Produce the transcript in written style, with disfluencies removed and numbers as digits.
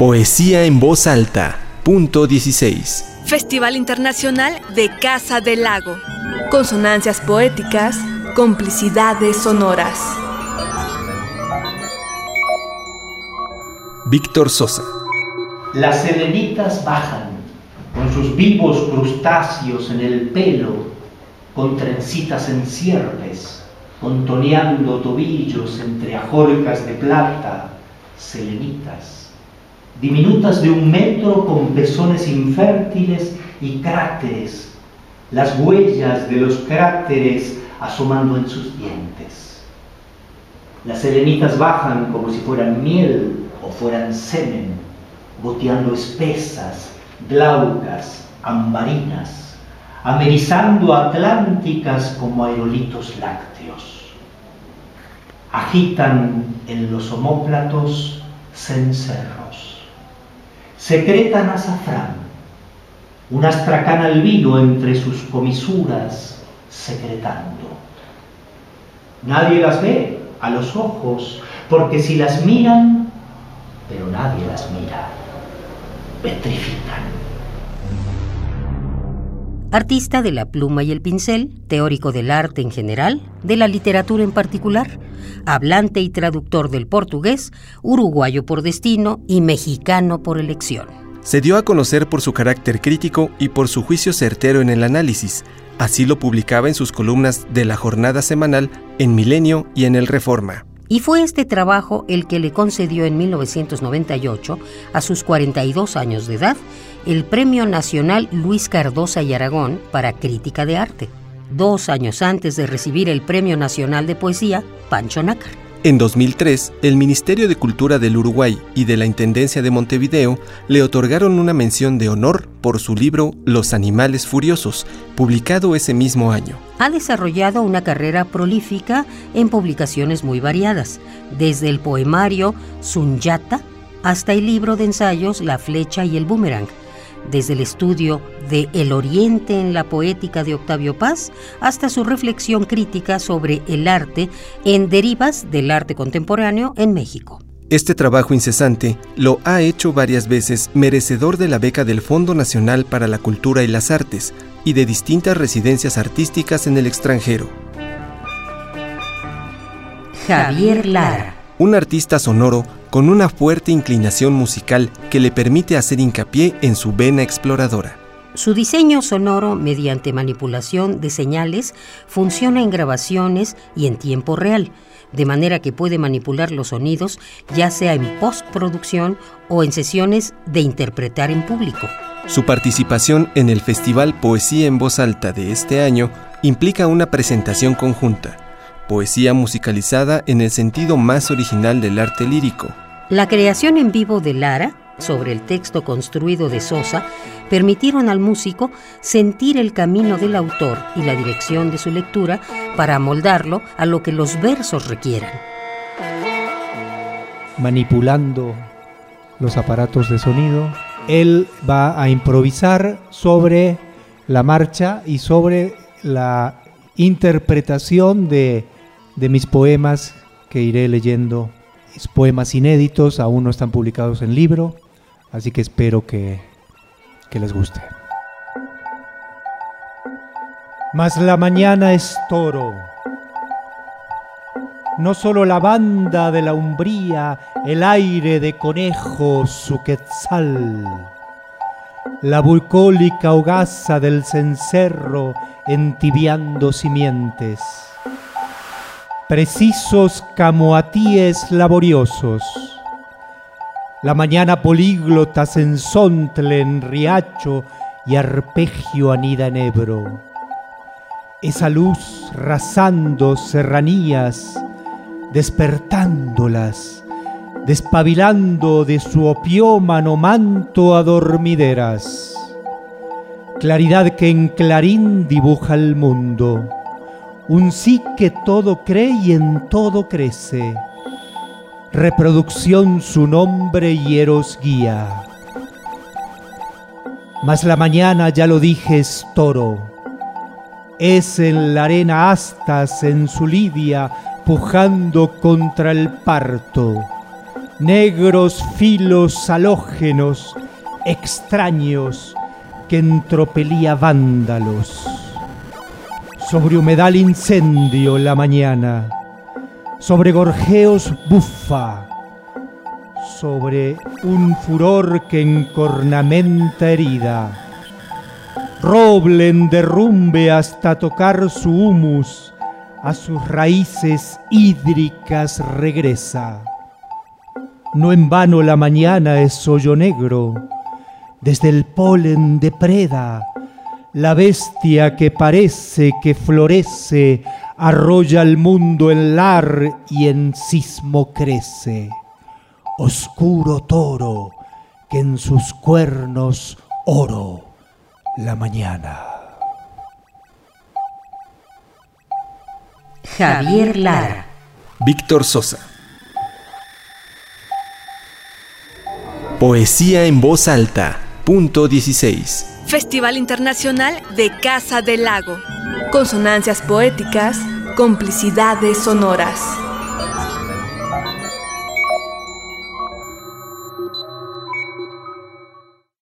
Poesía en voz alta. Punto 16. Festival Internacional de Casa del Lago. Consonancias poéticas, complicidades sonoras. Víctor Sosa. Las selenitas bajan, con sus vivos crustáceos en el pelo, con trencitas en cierres, contoneando tobillos entre ajorcas de plata, selenitas, diminutas de 1 metro con pezones infértiles y cráteres, las huellas de los cráteres asomando en sus dientes. Las selenitas bajan como si fueran miel o fueran semen, goteando espesas, glaucas, ambarinas, amerizando atlánticas como aerolitos lácteos. Agitan en los omóplatos cencerros, secretan azafrán, un astracán albino entre sus comisuras secretando. Nadie las ve a los ojos, porque si las miran, pero nadie las mira, petrifican. Artista de la pluma y el pincel, teórico del arte en general, de la literatura en particular, hablante y traductor del portugués, uruguayo por destino y mexicano por elección. Se dio a conocer por su carácter crítico y por su juicio certero en el análisis. Así lo publicaba en sus columnas de La Jornada Semanal, en Milenio y en El Reforma. Y fue este trabajo el que le concedió en 1998, a sus 42 años de edad, el Premio Nacional Luis Cardosa y Aragón para Crítica de Arte, 2 años antes de recibir el Premio Nacional de Poesía Pancho Nácar. En 2003, el Ministerio de Cultura del Uruguay y de la Intendencia de Montevideo le otorgaron una mención de honor por su libro Los Animales Furiosos, publicado ese mismo año. Ha desarrollado una carrera prolífica en publicaciones muy variadas, desde el poemario Sunyata hasta el libro de ensayos La Flecha y el Boomerang, desde el estudio de El Oriente en la poética de Octavio Paz hasta su reflexión crítica sobre el arte en Derivas del arte contemporáneo en México. Este trabajo incesante lo ha hecho varias veces merecedor de la beca del Fondo Nacional para la Cultura y las Artes y de distintas residencias artísticas en el extranjero. Javier Lara. Un artista sonoro con una fuerte inclinación musical que le permite hacer hincapié en su vena exploradora. Su diseño sonoro, mediante manipulación de señales, funciona en grabaciones y en tiempo real, de manera que puede manipular los sonidos, ya sea en postproducción o en sesiones de interpretar en público. Su participación en el Festival Poesía en Voz Alta de este año implica una presentación conjunta, poesía musicalizada en el sentido más original del arte lírico. La creación en vivo de Lara, sobre el texto construido de Sosa, permitieron al músico sentir el camino del autor y la dirección de su lectura para amoldarlo a lo que los versos requieran. Manipulando los aparatos de sonido, él va a improvisar sobre la marcha y sobre la interpretación de mis poemas que iré leyendo. Es poemas inéditos, aún no están publicados en libro, así que espero que les guste. Mas la mañana es toro, no solo la banda de la umbría, el aire de conejo, su quetzal, la bucólica hogaza del cencerro entibiando simientes, precisos camoatíes laboriosos, la mañana políglota sensontle en riacho y arpegio anida en Ebro, esa luz rasando serranías, despertándolas, despabilando de su opiómano manto a dormideras, claridad que en clarín dibuja el mundo, un sí que todo cree y en todo crece, reproducción su nombre y eros guía. Mas la mañana, ya lo dije, es toro, es en la arena astas en su lidia, pujando contra el parto, negros filos halógenos, extraños, que en tropelía vándalos. Sobre humedal incendio la mañana, sobre gorjeos bufa, sobre un furor que encornamenta herida, roble en derrumbe hasta tocar su humus, a sus raíces hídricas regresa. No en vano la mañana es hoyo negro, desde el polen depreda, la bestia que parece que florece, arrolla el mundo en lar y en sismo crece. Oscuro toro que en sus cuernos oro la mañana. Javier Lara. Víctor Sosa. Poesía en voz alta. Punto 16. Festival Internacional de Casa del Lago. Consonancias poéticas, complicidades sonoras.